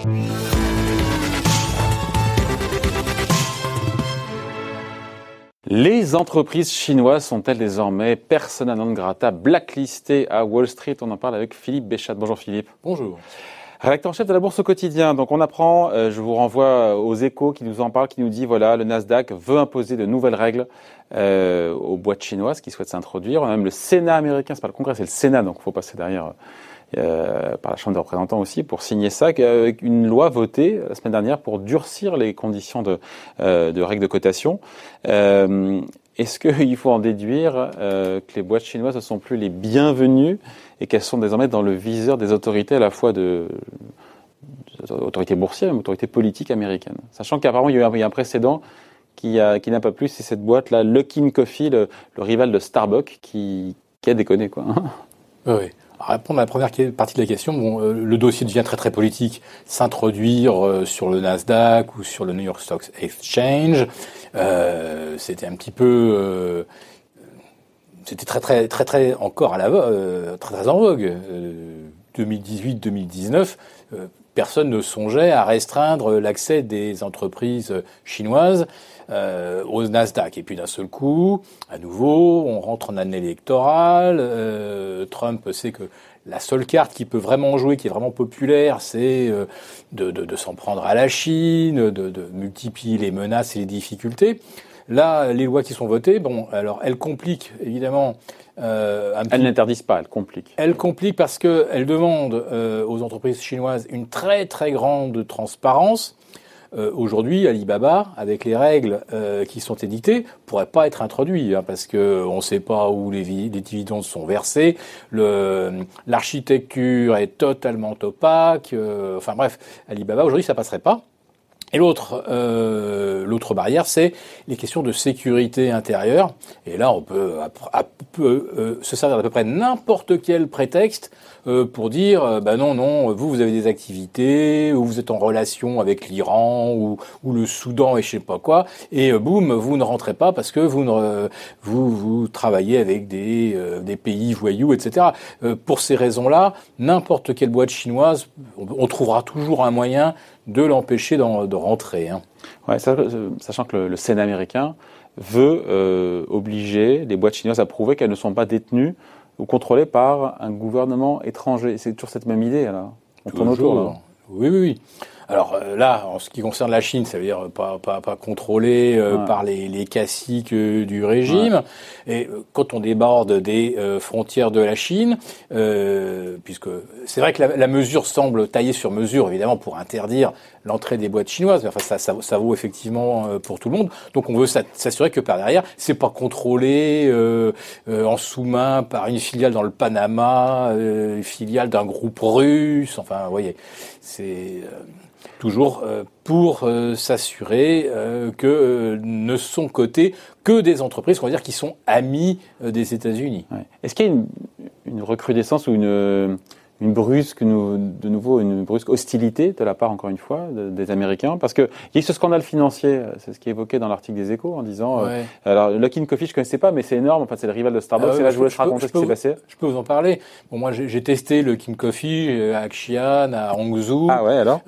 Les entreprises chinoises sont-elles désormais persona non grata, blacklistées à Wall Street? On en parle avec Philippe Béchat. Bonjour Philippe. Bonjour. Rédacteur en chef de la Bourse au quotidien. Donc on apprend, je vous renvoie aux Échos qui nous en parle, qui nous dit voilà, le Nasdaq veut imposer de nouvelles règles aux boîtes chinoises qui souhaitent s'introduire. On a même le Sénat américain, c'est pas le Congrès, c'est le Sénat, donc il faut passer derrière par la Chambre des représentants aussi pour signer ça, avec une loi votée la semaine dernière pour durcir les conditions de règles de cotation. Est-ce qu'il faut en déduire que les boîtes chinoises ne sont plus les bienvenues et qu'elles sont désormais dans le viseur des autorités à la fois de autorités boursières mais autorités politiques américaines? Sachant qu'apparemment il y a un précédent qui n'a pas plu, c'est cette boîte-là, Luckin Coffee, le rival de Starbucks, qui a déconné, quoi. Oui. À répondre à la première partie de la question, le dossier devient très très politique. S'introduire sur le Nasdaq ou sur le New York Stock Exchange, c'était un petit peu, c'était très encore très en vogue. 2018-2019, personne ne songeait à restreindre l'accès des entreprises chinoises au Nasdaq. Et puis d'un seul coup, à nouveau, on rentre en année électorale. Trump sait que la seule carte qui peut vraiment jouer, qui est vraiment populaire, c'est de s'en prendre à la Chine, de multiplier les menaces et les difficultés. Là, les lois qui sont votées, alors elles compliquent évidemment. Elles n'interdisent pas, elles compliquent. Elles compliquent parce que elles demandent aux entreprises chinoises une très très grande transparence. Aujourd'hui, Alibaba, avec les règles qui sont éditées, pourrait pas être introduit, parce que on ne sait pas où les dividendes sont versés. L'architecture est totalement opaque. Enfin bref, Alibaba aujourd'hui, ça passerait pas. Et l'autre barrière, c'est les questions de sécurité intérieure. Et là, on peut se servir d'à peu près n'importe quel prétexte pour dire non, vous avez des activités, ou vous êtes en relation avec l'Iran ou le Soudan et je sais pas quoi, et boum, vous ne rentrez pas parce que vous travaillez avec des pays voyous, etc. Pour ces raisons-là, n'importe quelle boîte chinoise, on trouvera toujours un moyen de l'empêcher de rentrer. Ouais, sachant que le Sénat américain veut obliger les boîtes chinoises à prouver qu'elles ne sont pas détenues ou contrôlées par un gouvernement étranger. C'est toujours cette même idée, là. On tourne autour, là. Oui. Alors là, en ce qui concerne la Chine, ça veut dire pas contrôlé par les caciques du régime. Ouais. Et quand on déborde des frontières de la Chine, puisque c'est vrai que la mesure semble taillée sur mesure, évidemment, pour interdire l'entrée des boîtes chinoises. Mais enfin, ça vaut effectivement pour tout le monde. Donc on veut s'assurer que par derrière, c'est pas contrôlé en sous-main par une filiale dans le Panama, une filiale d'un groupe russe. Enfin, vous voyez, c'est toujours pour s'assurer que ne sont cotées que des entreprises, on va dire, qui sont amies des États-Unis. Ouais. Est-ce qu'il y a une recrudescence ou une brusque hostilité de la part, encore une fois, des Américains? Parce que il y a eu ce scandale financier, c'est ce qui est évoqué dans l'article des Échos, en disant alors Luckin Coffee, je connaissais pas, mais c'est énorme. Enfin, c'est le rival de Starbucks. Et là, je vous laisse raconter ce qui s'est passé. Je peux vous en parler. Bon, moi, j'ai testé le Luckin Coffee à Xi'an, à Hangzhou. Ah ouais, alors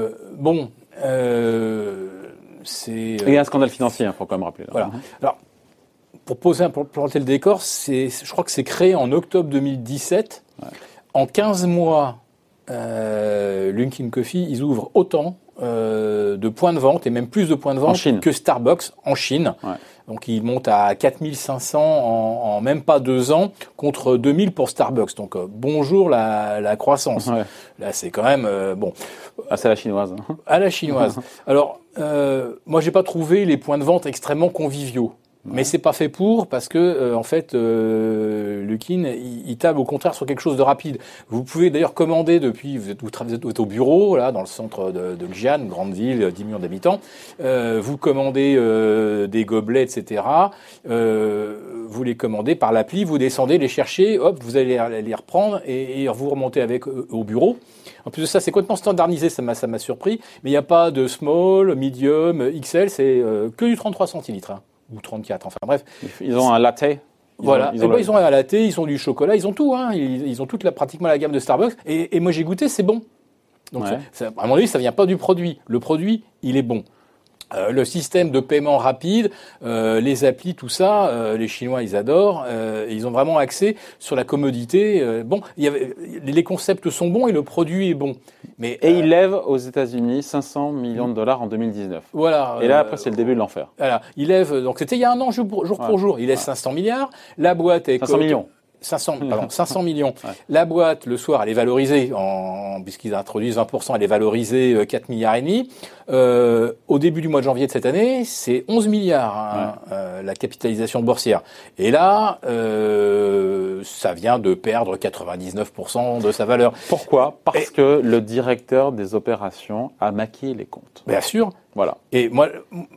c'est. Il y a un scandale financier, faut quand même rappeler. Là. Voilà. Alors, pour planter le décor, je crois que c'est créé en octobre 2017. Ouais. En 15 mois, Luckin Coffee, ils ouvrent autant de points de vente, et même plus de points de vente que Starbucks en Chine. Ouais. Donc ils montent à 4500 en même pas 2 ans, contre 2000 pour Starbucks. Donc bonjour la croissance. Ouais. Là, c'est quand même bon. Ah, c'est à la chinoise. À la chinoise. Alors, moi, j'ai pas trouvé les points de vente extrêmement conviviaux. Ouais. Mais c'est pas fait parce que en fait Luckin il table au contraire sur quelque chose de rapide. Vous pouvez d'ailleurs commander depuis vous êtes au bureau là dans le centre de Xi'an, grande ville, 10 millions d'habitants. Vous commandez des gobelets, etc. Vous les commandez par l'appli, vous descendez les chercher, hop, vous allez les reprendre et vous remontez avec au bureau. En plus de ça, c'est complètement standardisé, ça m'a surpris. Mais il n'y a pas de small, medium, XL, c'est que du 33 centilitres. Ou 34, enfin bref. Ils ont un latte. Ils ont un latte, ils ont du chocolat, ils ont tout. Ils ont pratiquement la gamme de Starbucks. Et moi j'ai goûté, c'est bon. Donc, à mon avis, ça vient pas du produit. Le produit, il est bon. Le système de paiement rapide, les applis, tout ça, les Chinois, ils adorent. Ils ont vraiment axé sur la commodité. Les concepts sont bons et le produit est bon. Mais ils lèvent aux États-Unis 500 millions de dollars en 2019. Voilà. Et là, après, c'est le début de l'enfer. Voilà. Ils lèvent. Donc, c'était il y a un an, jour pour jour. Ils lèvent 500 milliards. La boîte est 500 millions. 500 millions. Ouais. La boîte, le soir, elle est valorisée, puisqu'ils introduisent 20%, elle est valorisée 4 milliards et demi. Au début du mois de janvier de cette année, c'est 11 milliards, la capitalisation boursière. Et là, ça vient de perdre 99% de sa valeur. Pourquoi ? Parce que le directeur des opérations a maquillé les comptes. Bien sûr. Voilà. Et moi,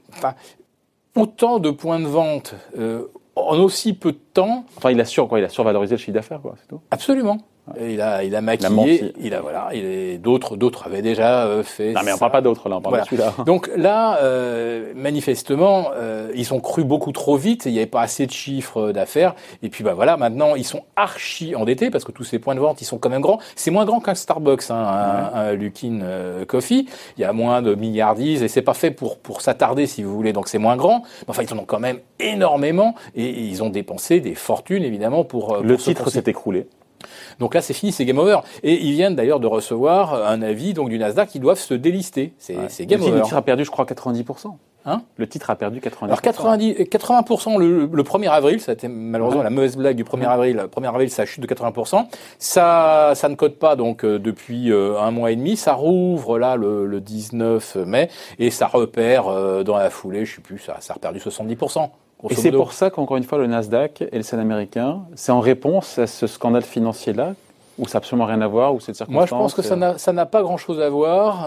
autant de points de vente, en aussi peu de temps. Enfin, il a survalorisé le chiffre d'affaires, quoi, c'est tout. Absolument. Il a maquillé. D'autres avaient déjà fait. Non, mais on parle pas d'autres là, on parle de celui-là. Donc là, manifestement, ils ont cru beaucoup trop vite. Il n'y avait pas assez de chiffres d'affaires. Et puis maintenant, ils sont archi endettés parce que tous ces points de vente, ils sont quand même grands. C'est moins grand qu'un Starbucks, un Luckin Coffee. Il y a moins de milliardises et c'est pas fait pour s'attarder, si vous voulez. Donc c'est moins grand. Enfin, ils en ont quand même énormément et ils ont dépensé des fortunes évidemment pour. Le titre s'est écroulé. Donc là, c'est fini, c'est game over. Et ils viennent d'ailleurs de recevoir un avis du Nasdaq qui doivent se délister. C'est game over. Le titre a perdu, je crois, 90%. Le titre a perdu 90%. Alors 80% le 1er avril, ça a été malheureusement la mauvaise blague du 1er avril. Le 1er avril, ça chute de 80%. Ça ne cote pas donc depuis un mois et demi. Ça rouvre là le 19 mai et ça repère dans la foulée, je sais plus, ça a reperdu 70%. Et c'est pour ça qu'encore une fois, le Nasdaq et le Sénat américain, c'est en réponse à ce scandale financier-là, où ça n'a absolument rien à voir, ou cette circonstance. Moi, je pense que ça n'a pas grand-chose à voir.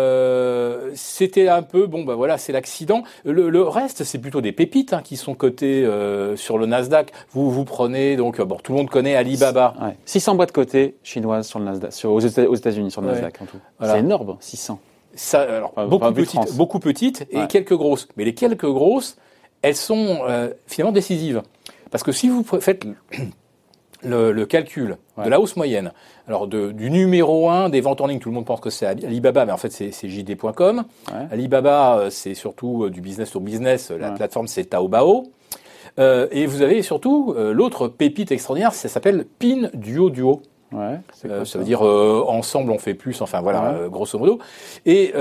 C'était un peu, c'est l'accident. Le reste, c'est plutôt des pépites qui sont cotées sur le Nasdaq. Vous prenez, donc, tout le monde connaît Alibaba. 600 boîtes cotées chinoises sur le Nasdaq, aux États-Unis, sur le Nasdaq en tout. Voilà. C'est énorme, 600. Beaucoup petites et quelques grosses. Mais les quelques grosses, elles sont finalement décisives. Parce que si vous faites le calcul de la hausse moyenne, alors du numéro 1 des ventes en ligne, tout le monde pense que c'est Alibaba, mais en fait c'est JD.com. Alibaba, c'est surtout du business to business, la plateforme c'est Taobao. Et vous avez surtout l'autre pépite extraordinaire, ça s'appelle Pinduoduo. Ça veut dire ensemble on fait plus, grosso modo. Et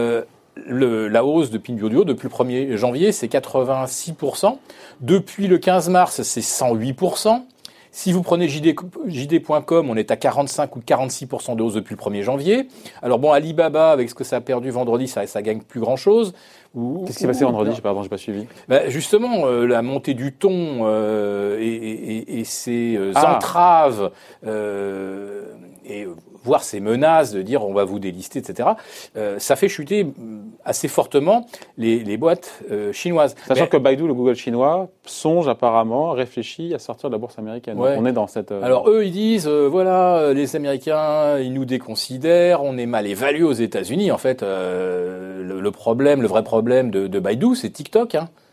la hausse de Pinduoduo depuis le 1er janvier, c'est 86%. Depuis le 15 mars, c'est 108%. Si vous prenez JD.com, on est à 45 ou 46% de hausse depuis le 1er janvier. Alors Alibaba, avec ce que ça a perdu vendredi, ça gagne plus grand-chose. Qu'est-ce qui s'est passé vendredi ? J'ai pas suivi. Justement, la montée du ton et ses entraves et voire ces menaces de dire on va vous délister, etc., ça fait chuter assez fortement les boîtes chinoises. Sachant que Baidu, le Google chinois, réfléchit à sortir de la bourse américaine. Donc on est dans cette... Alors eux, ils disent, les Américains, ils nous déconsidèrent, on est mal évalué aux États-Unis. En fait, le vrai problème de Baidu, c'est TikTok.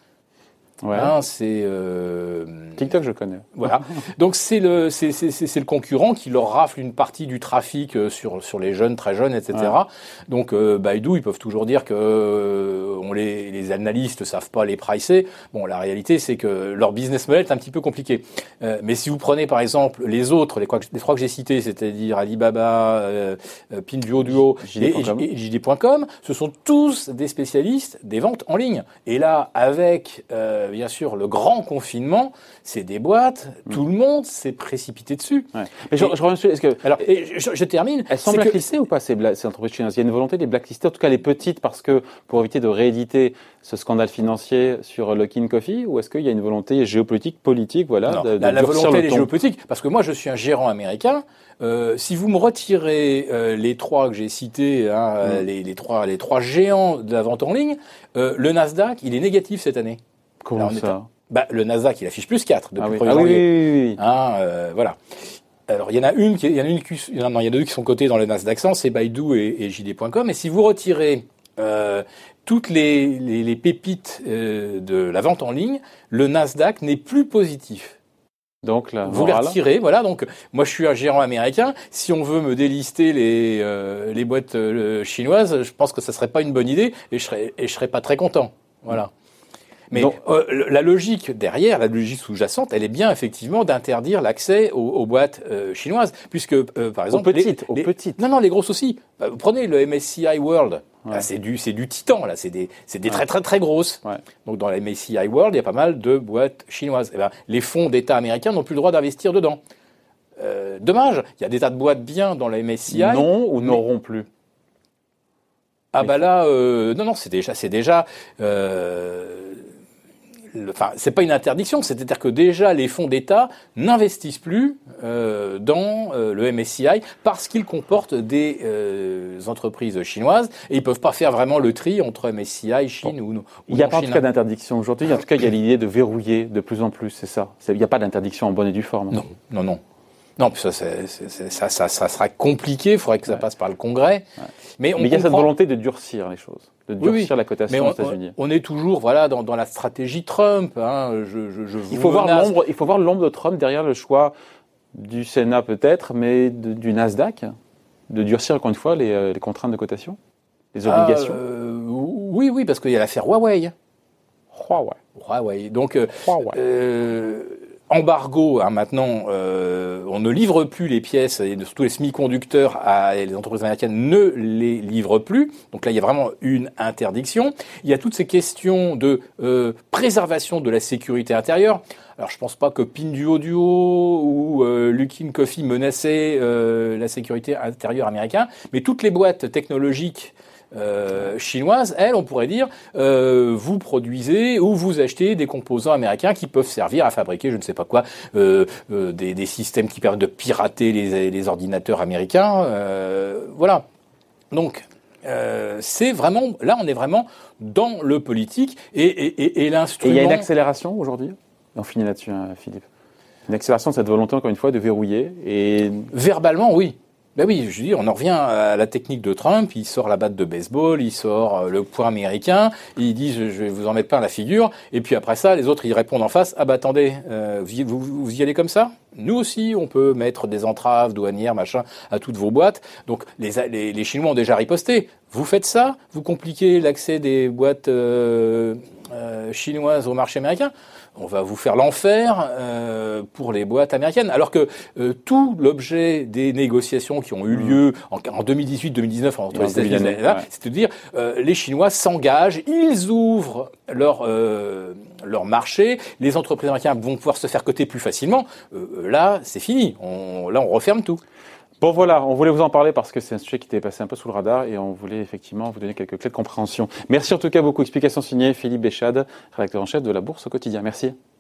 C'est TikTok, je connais. Voilà. Donc c'est le concurrent qui leur rafle une partie du trafic sur les jeunes, très jeunes, etc. Donc Baidu, ils peuvent toujours dire que les analystes savent pas les pricer. La réalité c'est que leur business model est un petit peu compliqué. Mais si vous prenez par exemple les trois que j'ai cités, c'est-à-dire Alibaba, Pinduoduo et JD.com, ce sont tous des spécialistes des ventes en ligne. Et là, avec bien sûr le grand confinement, c'est des boîtes, tout le monde s'est précipité dessus. Mais je reviens sur... je termine. Elles sont blacklistées ou pas, ces entreprises chinoises ? Il y a une volonté de les blacklister, en tout cas les petites, parce que pour éviter de rééditer ce scandale financier sur Luckin Coffee, ou est-ce qu'il y a une volonté géopolitique, politique, la volonté est géopolitique, parce que moi je suis un gérant américain. Si vous me retirez les trois que j'ai cités, les trois géants de la vente en ligne, le Nasdaq, il est négatif cette année. Comment ça ? Le Nasdaq, il affiche plus 4 depuis le 1er janvier. Voilà. Alors, il y en a deux qui sont cotés dans le Nasdaq 100, c'est Baidu et JD.com. Et si vous retirez toutes les pépites de la vente en ligne, le Nasdaq n'est plus positif. Donc, vous les retirez, voilà. Donc, moi, je suis un gérant américain. Si on veut me délister les boîtes chinoises, je pense que ça serait pas une bonne idée et je serais pas très content. Voilà. Mais la logique derrière, la logique sous-jacente, elle est bien effectivement d'interdire l'accès aux boîtes chinoises, puisque par exemple aux petites. Non, les grosses aussi. Prenez le MSCI World. Ouais. Là, c'est du titan, là, c'est des très très très grosses. Ouais. Donc dans la MSCI World, il y a pas mal de boîtes chinoises. Et ben, les fonds d'État américains n'ont plus le droit d'investir dedans. Dommage, il y a des tas de boîtes bien dans la MSCI. Non, ou n'auront plus. Ah bah là, non, c'est déjà. Enfin, c'est pas une interdiction, c'est-à-dire que déjà les fonds d'État n'investissent plus dans le MSCI parce qu'ils comportent des entreprises chinoises et ils peuvent pas faire vraiment le tri entre MSCI, Chine ou il n'y a pas en tout cas d'interdiction aujourd'hui. En tout cas, il y a l'idée de verrouiller de plus en plus, c'est ça. Il n'y a pas d'interdiction en bonne et due forme. Non. Non, ça sera compliqué. Il faudrait que ça passe par le Congrès. Ouais. Mais il y a cette volonté de durcir les choses, de durcir la cotation aux États-Unis. On est toujours dans la stratégie Trump. Hein. Il faut voir l'ombre de Trump derrière le choix du Sénat peut-être, mais du Nasdaq, de durcir encore une fois les contraintes de cotation, les obligations. Oui, parce qu'il y a l'affaire Huawei. Donc, embargo, hein, maintenant, on ne livre plus les pièces, et surtout les semi-conducteurs, les entreprises américaines ne les livrent plus. Donc là, il y a vraiment une interdiction. Il y a toutes ces questions de préservation de la sécurité intérieure. Alors, je pense pas que Pinduoduo ou Luckin Coffee menaçaient la sécurité intérieure américaine, mais toutes les boîtes technologiques chinoises, elles, on pourrait dire, vous produisez ou vous achetez des composants américains qui peuvent servir à fabriquer, je ne sais pas quoi, des systèmes qui permettent de pirater les ordinateurs américains. Voilà. Donc, c'est vraiment, là, on est vraiment dans le politique et l'instrument. Et il y a une accélération aujourd'hui. On finit là-dessus, hein, Philippe. Une accélération de cette volonté, encore une fois, de verrouiller et. Verbalement, oui. Ben oui, je dis, on en revient à la technique de Trump. Il sort la batte de baseball, il sort le poing américain, il dit je vais vous en mettre plein la figure. Et puis après ça, les autres ils répondent en face. Ah bah attendez, vous y allez comme ça ? Nous aussi, on peut mettre des entraves douanières, machin, à toutes vos boîtes. Donc les Chinois ont déjà riposté. Vous faites ça ? Vous compliquez l'accès des boîtes chinoises au marché américain ? On va vous faire l'enfer pour les boîtes américaines. Alors que tout l'objet des négociations qui ont eu lieu en 2018-2019 entre les États-Unis et là, c'est de dire les Chinois s'engagent, ils ouvrent leur marché, les entreprises américaines vont pouvoir se faire coter plus facilement. Là, c'est fini. On referme tout. Bon voilà, on voulait vous en parler parce que c'est un sujet qui était passé un peu sous le radar et on voulait effectivement vous donner quelques clés de compréhension. Merci en tout cas beaucoup. Explication signée Philippe Béchade, rédacteur en chef de La Bourse au quotidien. Merci.